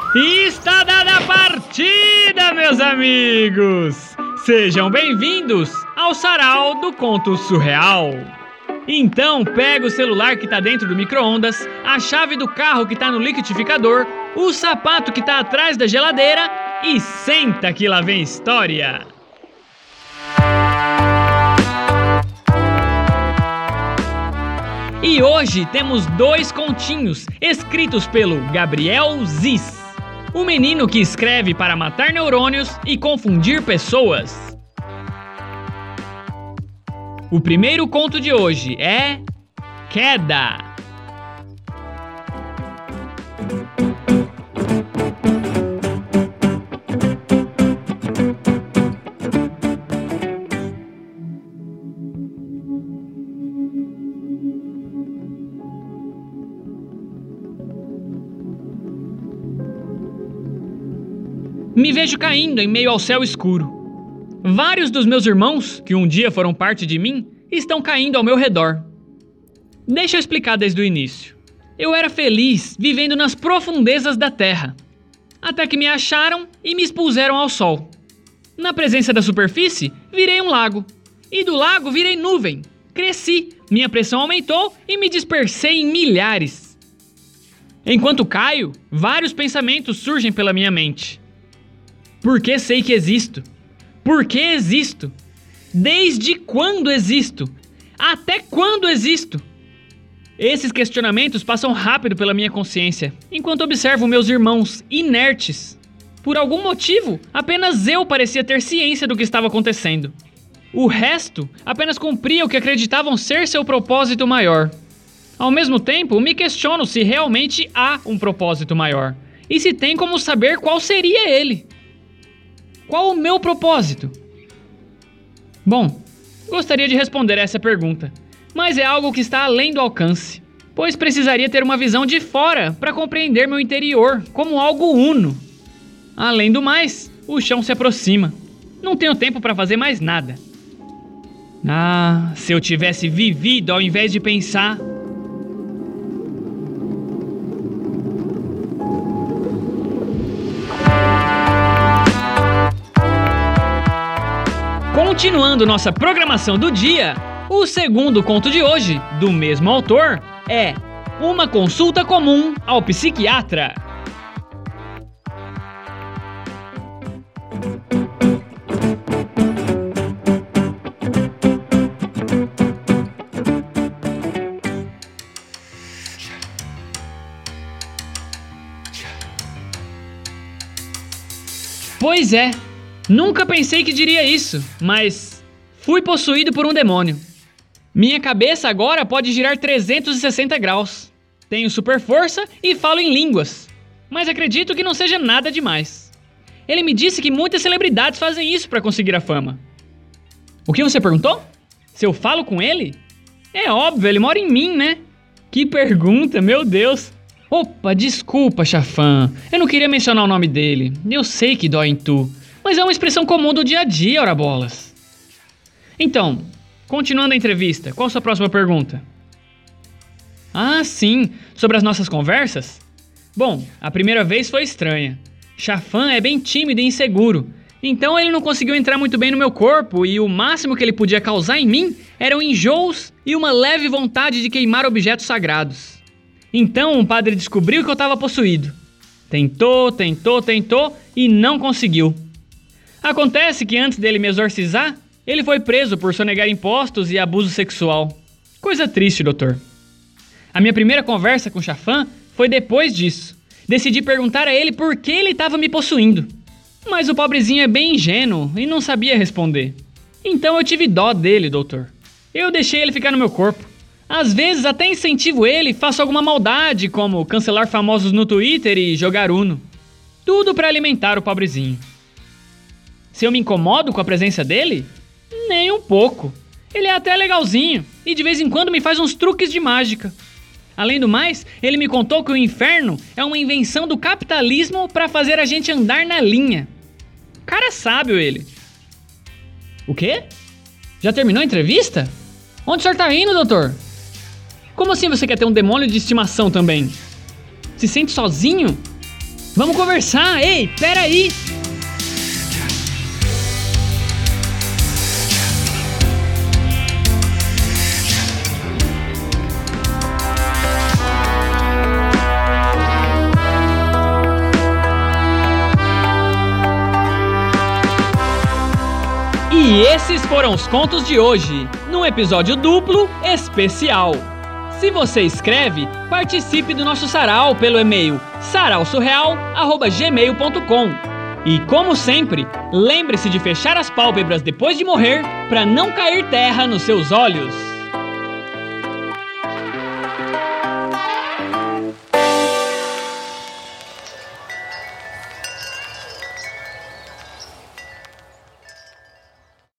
E está dada a partida, meus amigos! Sejam bem-vindos ao Sarau do Conto Surreal. Então, pega o celular que está dentro do micro-ondas, a chave do carro que está no liquidificador, o sapato que está atrás da geladeira e senta que lá vem história! E hoje temos 2 continhos escritos pelo Gabriel Ziz, o menino que escreve para matar neurônios e confundir pessoas. O primeiro conto de hoje é Queda. Me vejo caindo em meio ao céu escuro. Vários dos meus irmãos, que um dia foram parte de mim, estão caindo ao meu redor. Deixa eu explicar desde o início. Eu era feliz vivendo nas profundezas da terra, até que me acharam e me expuseram ao sol. Na presença da superfície, virei um lago. E do lago virei nuvem. Cresci, minha pressão aumentou e me dispersei em milhares. Enquanto caio, vários pensamentos surgem pela minha mente. Por que sei que existo? Por que existo? Desde quando existo? Até quando existo? Esses questionamentos passam rápido pela minha consciência, enquanto observo meus irmãos inertes. Por algum motivo, apenas eu parecia ter ciência do que estava acontecendo. O resto apenas cumpria o que acreditavam ser seu propósito maior. Ao mesmo tempo, me questiono se realmente há um propósito maior, e se tem como saber qual seria ele. Qual o meu propósito? Bom, gostaria de responder essa pergunta, mas é algo que está além do alcance, pois precisaria ter uma visão de fora para compreender meu interior como algo uno. Além do mais, o chão se aproxima. Não tenho tempo para fazer mais nada. Ah, se eu tivesse vivido ao invés de pensar... Continuando nossa programação do dia, o segundo conto de hoje, do mesmo autor, é Uma Consulta Comum ao Psiquiatra. Pois é. Nunca pensei que diria isso, mas fui possuído por um demônio. Minha cabeça agora pode girar 360 graus. Tenho super força e falo em línguas, mas acredito que não seja nada demais. Ele me disse que muitas celebridades fazem isso para conseguir a fama. O que você perguntou? Se eu falo com ele? É óbvio, ele mora em mim, né? Que pergunta, meu Deus! Opa, desculpa, Chafã. Eu não queria mencionar o nome dele. Eu sei que dói em tu. Mas é uma expressão comum do dia a dia, ora bolas. Então, continuando a entrevista, qual a sua próxima pergunta? Ah, sim, sobre as nossas conversas? Bom, a primeira vez foi estranha. Chafã é bem tímido e inseguro, então ele não conseguiu entrar muito bem no meu corpo e o máximo que ele podia causar em mim eram enjoos e uma leve vontade de queimar objetos sagrados. Então o padre descobriu que eu estava possuído. Tentou e não conseguiu. Acontece que antes dele me exorcizar, ele foi preso por sonegar impostos e abuso sexual. Coisa triste, doutor. A minha primeira conversa com o Chafã foi depois disso. Decidi perguntar a ele por que ele estava me possuindo. Mas o pobrezinho é bem ingênuo e não sabia responder. Então eu tive dó dele, doutor. Eu deixei ele ficar no meu corpo. Às vezes até incentivo ele e faço alguma maldade, como cancelar famosos no Twitter e jogar Uno. Tudo para alimentar o pobrezinho. Se eu me incomodo com a presença dele? Nem um pouco. Ele é até legalzinho e de vez em quando me faz uns truques de mágica. Além do mais, ele me contou que o inferno é uma invenção do capitalismo para fazer a gente andar na linha. Cara sábio ele. O quê? Já terminou a entrevista? Onde o senhor tá indo, doutor? Como assim você quer ter um demônio de estimação também? Se sente sozinho? Vamos conversar! Ei, peraí! E esses foram os contos de hoje, num episódio duplo especial. Se você escreve, participe do nosso sarau pelo e-mail sarausurreal@gmail.com. E como sempre, lembre-se de fechar as pálpebras depois de morrer para não cair terra nos seus olhos.